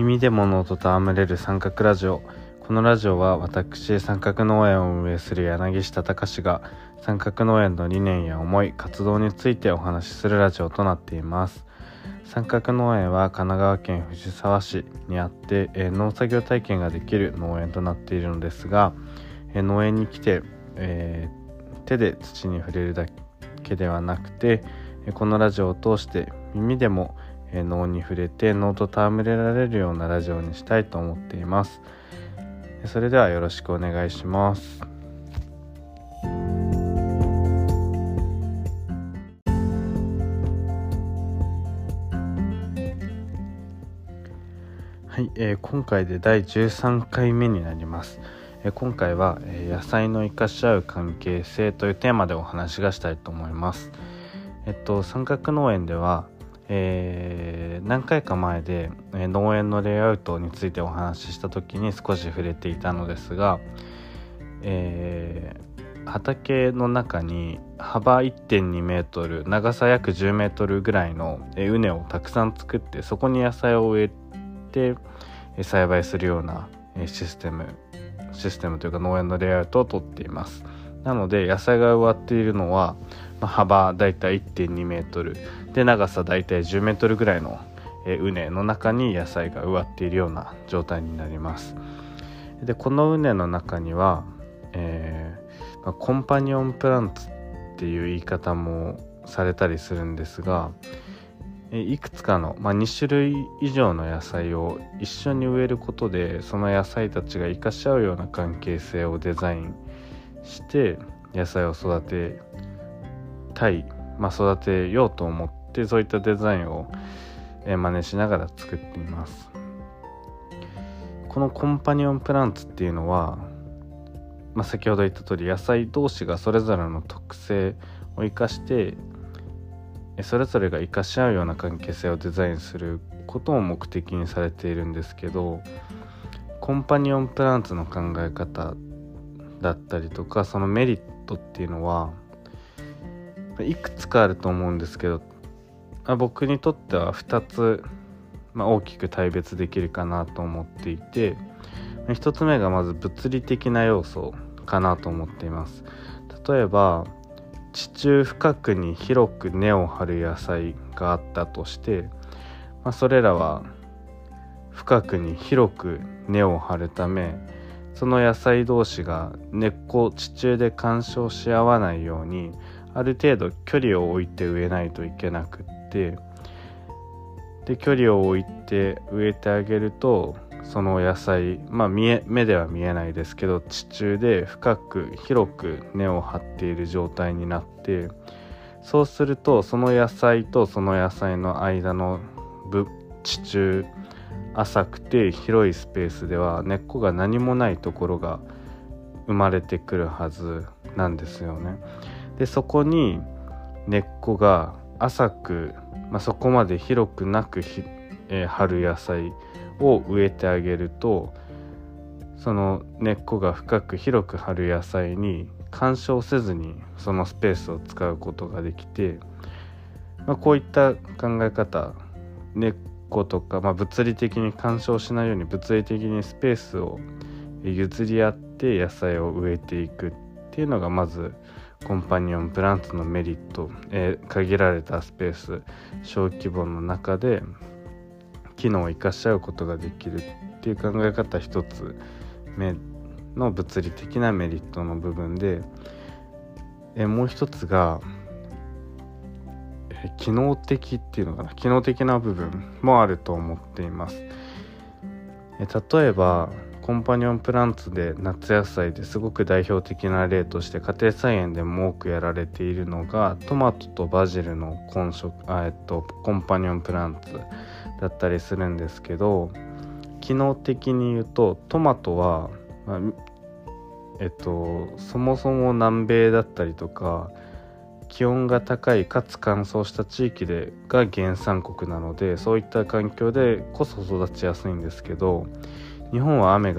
耳で物音と戯れる三角ラジオ。このラジオは私、三角農園を運営する柳下隆が三角農園の理念や思い、活動についてお話しするラジオとなっています。三角農園は神奈川県藤沢市にあって、農作業体験ができる農園となっているのですが、農園に来て、手で土に触れるだけではなくて、このラジオを通して耳でも農に触れて農と戯れられるようなラジオにしたいと思っています。それではよろしくお願いします。はい、今回で第13回目になります。今回は、野菜の生かし合う関係性というテーマでお話がしたいと思います。三角農園では何回か前で、農園のレイアウトについてお話しした時に少し触れていたのですが、畑の中に幅 1.2 メートル長さ約10メートルぐらいの畝をたくさん作って、そこに野菜を植えて栽培するようなシステムというか農園のレイアウトをとっています。なので野菜が植わっているのは、幅だいたい 1.2 メートルで長さだいたい10メートルぐらいの畝の中に野菜が植わっているような状態になります。でこの畝の中には、コンパニオンプランツっていう言い方もされたりするんですが、いくつかの、2種類以上の野菜を一緒に植えることで、その野菜たちが生かし合うような関係性をデザインして野菜を育てようと思って、そういったデザインを真似しながら作っています。このコンパニオンプランツっていうのは、先ほど言った通り野菜同士がそれぞれの特性を生かしてそれぞれが生かし合うような関係性をデザインすることを目的にされているんですけど、コンパニオンプランツの考え方だったりとか、そのメリットっていうのはいくつかあると思うんですけど、僕にとっては2つ、大きく大別できるかなと思っていて、1つ目がまず物理的な要素かなと思っています。例えば地中深くに広く根を張る野菜があったとして、それらは深くに広く根を張るため、その野菜同士が根っこを地中で干渉し合わないようにある程度距離を置いて植えないといけなくって、で距離を置いて植えてあげると、その野菜、目では見えないですけど地中で深く広く根を張っている状態になって、そうするとその野菜とその野菜の間の地中浅くて広いスペースでは根っこが何もないところが生まれてくるはずなんですよね。でそこに根っこが浅く、そこまで広くなく張る野菜を植えてあげると、その根っこが深く広く張る野菜に干渉せずにそのスペースを使うことができて、こういった考え方、根っことか、物理的に干渉しないように物理的にスペースを譲り合って野菜を植えていくっていうのがまずコンパニオンプランツのメリット、限られたスペース小規模の中で機能を生かし合うことができるっていう考え方一つ目の物理的なメリットの部分で、もう一つが機能的っていうのかな、機能的な部分もあると思っています。例えばコンパニオンプランツで夏野菜ですごく代表的な例として家庭菜園でも多くやられているのがトマトとバジルのコンパニオンプランツだったりするんですけど、機能的に言うとトマトは、そもそも南米だったりとか気温が高いかつ乾燥した地域が原産国なので、そういった環境でこそ育ちやすいんですけど、日本は梅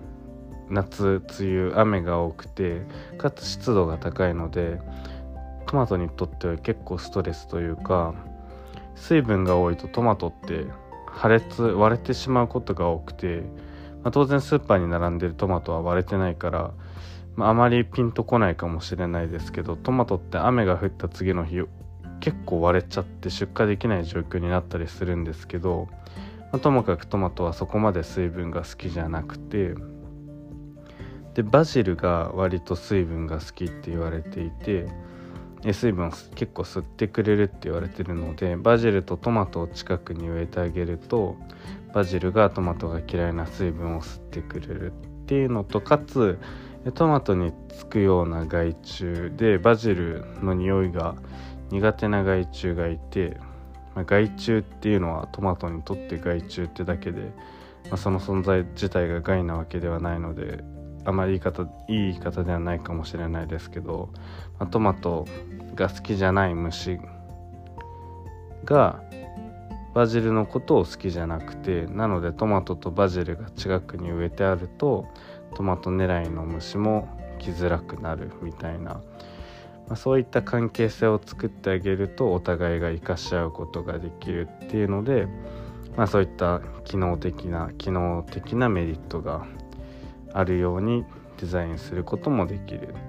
雨雨が多くてかつ湿度が高いので、トマトにとっては結構ストレスというか、水分が多いとトマトって割れてしまうことが多くて、当然スーパーに並んでるトマトは割れてないから、あまりピンとこないかもしれないですけど、トマトって雨が降った次の日結構割れちゃって出荷できない状況になったりするんですけど、ともかくトマトはそこまで水分が好きじゃなくて、でバジルが割と水分が好きって言われていて、水分を結構吸ってくれるって言われてるので、バジルとトマトを近くに植えてあげると、バジルがトマトが嫌いな水分を吸ってくれるっていうのと、かつトマトにつくような害虫でバジルの匂いが苦手な害虫がいて、害虫っていうのはトマトにとって害虫ってだけで、その存在自体が害なわけではないので、あまりいい言い方ではないかもしれないですけど、トマトが好きじゃない虫がバジルのことを好きじゃなくて、なのでトマトとバジルが近くに植えてあるとトマト狙いの虫も来づらくなるみたいな、そういった関係性を作ってあげるとお互いが生かし合うことができるっていうので、そういった機能的なメリットがあるようにデザインすることもできる。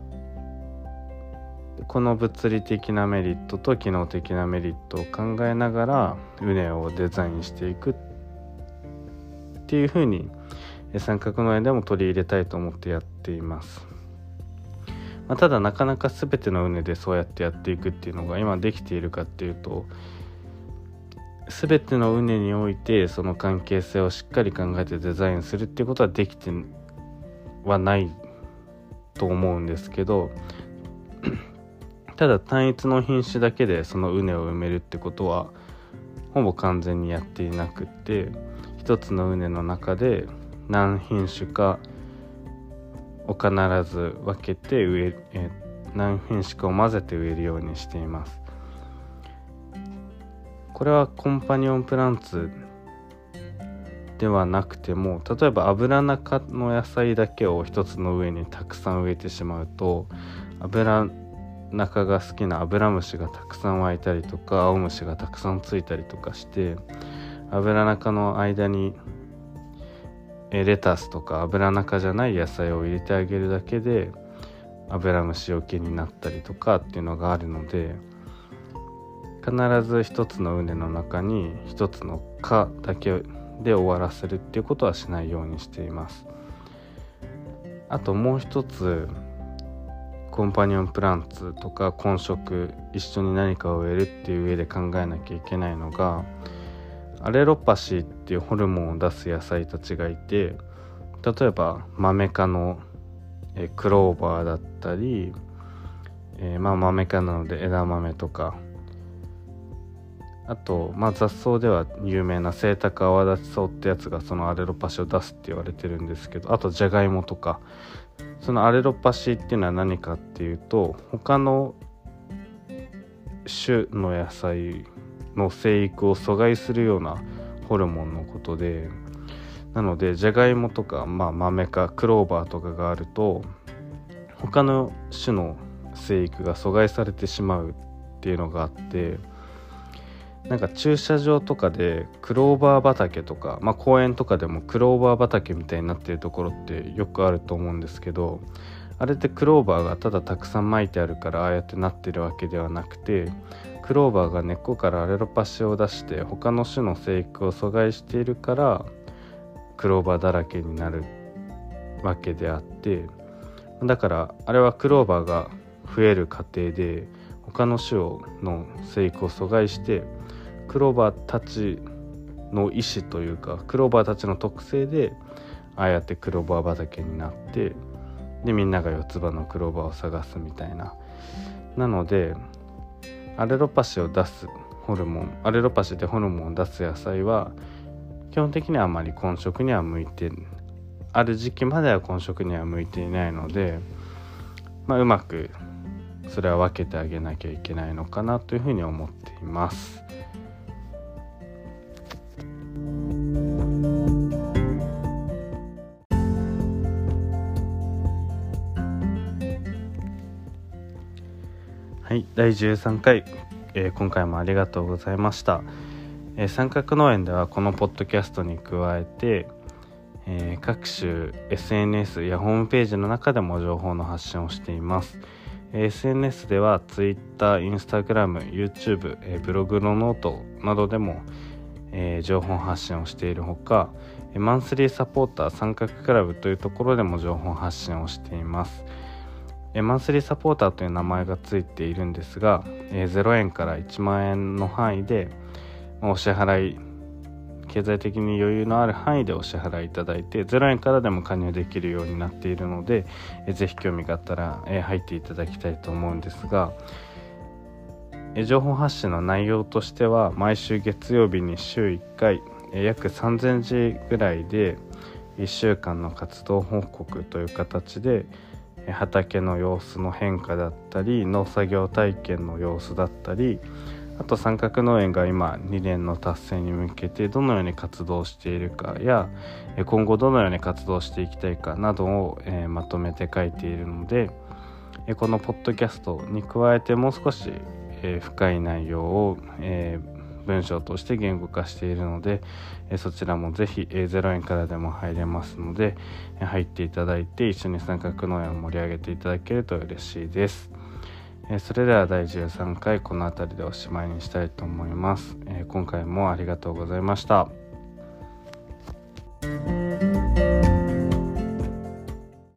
この物理的なメリットと機能的なメリットを考えながら畝をデザインしていくっていう風に三角農園でも取り入れたいと思ってやっています。ただなかなか全ての畝でそうやってやっていくっていうのが今できているかっていうと、全ての畝においてその関係性をしっかり考えてデザインするっていうことはできてはないと思うんですけど、ただ単一の品種だけでその畝を埋めるってことはほぼ完全にやっていなくって、一つの畝の中で何品種かを必ず分けて何品種かを混ぜて植えるようにしています。これはコンパニオンプランツではなくても、例えばアブラナ科の野菜だけを一つの上にたくさん植えてしまうと、アブラナ科が好きなアブラムシがたくさん湧いたりとか、青虫がたくさんついたりとかして、アブラナ科の間にレタスとかアブラナ科じゃない野菜を入れてあげるだけでアブラムシよけになったりとかっていうのがあるので、必ず一つの畝の中に一つの科だけで終わらせるっていうことはしないようにしています。あともう一つ、コンパニオンプランツとか混植一緒に何かを植えるっていう上で考えなきゃいけないのが、アレロパシーっていうホルモンを出す野菜たちがいて、例えばマメ科のクローバーだったり、マメ科なので枝豆とか、あと、雑草では有名なセイタカアワダチソウってやつがそのアレロパシーを出すって言われてるんですけど、あとジャガイモとか、そのアレロパシーっていうのは何かっていうと、他の種の野菜の生育を阻害するようなホルモンのことで、なのでジャガイモとか、マメ科クローバーとかがあると他の種の生育が阻害されてしまうっていうのがあって、なんか駐車場とかでクローバー畑とか、公園とかでもクローバー畑みたいになっているところってよくあると思うんですけど、あれってクローバーがただたくさん巻いてあるからああやってなってるわけではなくて、クローバーが根っこからアレロパシを出して他の種の生育を阻害しているからクローバーだらけになるわけであって、だからあれはクローバーが増える過程で他の種の生育を阻害して、クローバーたちの意思というかクローバーたちの特性でああやってクローバー畑になって、でみんなが四つ葉のクローバーを探すみたいな。なのでアレロパシを出すホルモン、アレロパシでホルモンを出す野菜は基本的にはあまり混植には向いて、ある時期までは混植には向いていないので、うまくそれは分けてあげなきゃいけないのかなというふうに思っています。はい、第13回、今回もありがとうございました。 三角農園ではこのポッドキャストに加えて、各種 SNS やホームページの中でも情報の発信をしています。SNS では Twitter、Instagram、YouTube、ブログのノートなどでも、情報発信をしているほか、マンスリーサポーター三角クラブというところでも情報発信をしています。マンスリーサポーターという名前がついているんですが、0円から1万円の範囲でお支払い、経済的に余裕のある範囲でお支払いいただいて、0円からでも加入できるようになっているので、ぜひ興味があったら、入っていただきたいと思うんですが、情報発信の内容としては毎週月曜日に週1回、約3000字ぐらいで1週間の活動報告という形で、畑の様子の変化だったり、農作業体験の様子だったり、あと三角農園が今2年の達成に向けてどのように活動しているかや、今後どのように活動していきたいかなどを、まとめて書いているので、このポッドキャストに加えてもう少し、深い内容を、文章として言語化しているので、そちらもぜひ、0円からでも入れますので、入っていただいて一緒に三角農園を盛り上げていただけると嬉しいです。それでは第13回この辺りでおしまいにしたいと思います。今回もありがとうございました。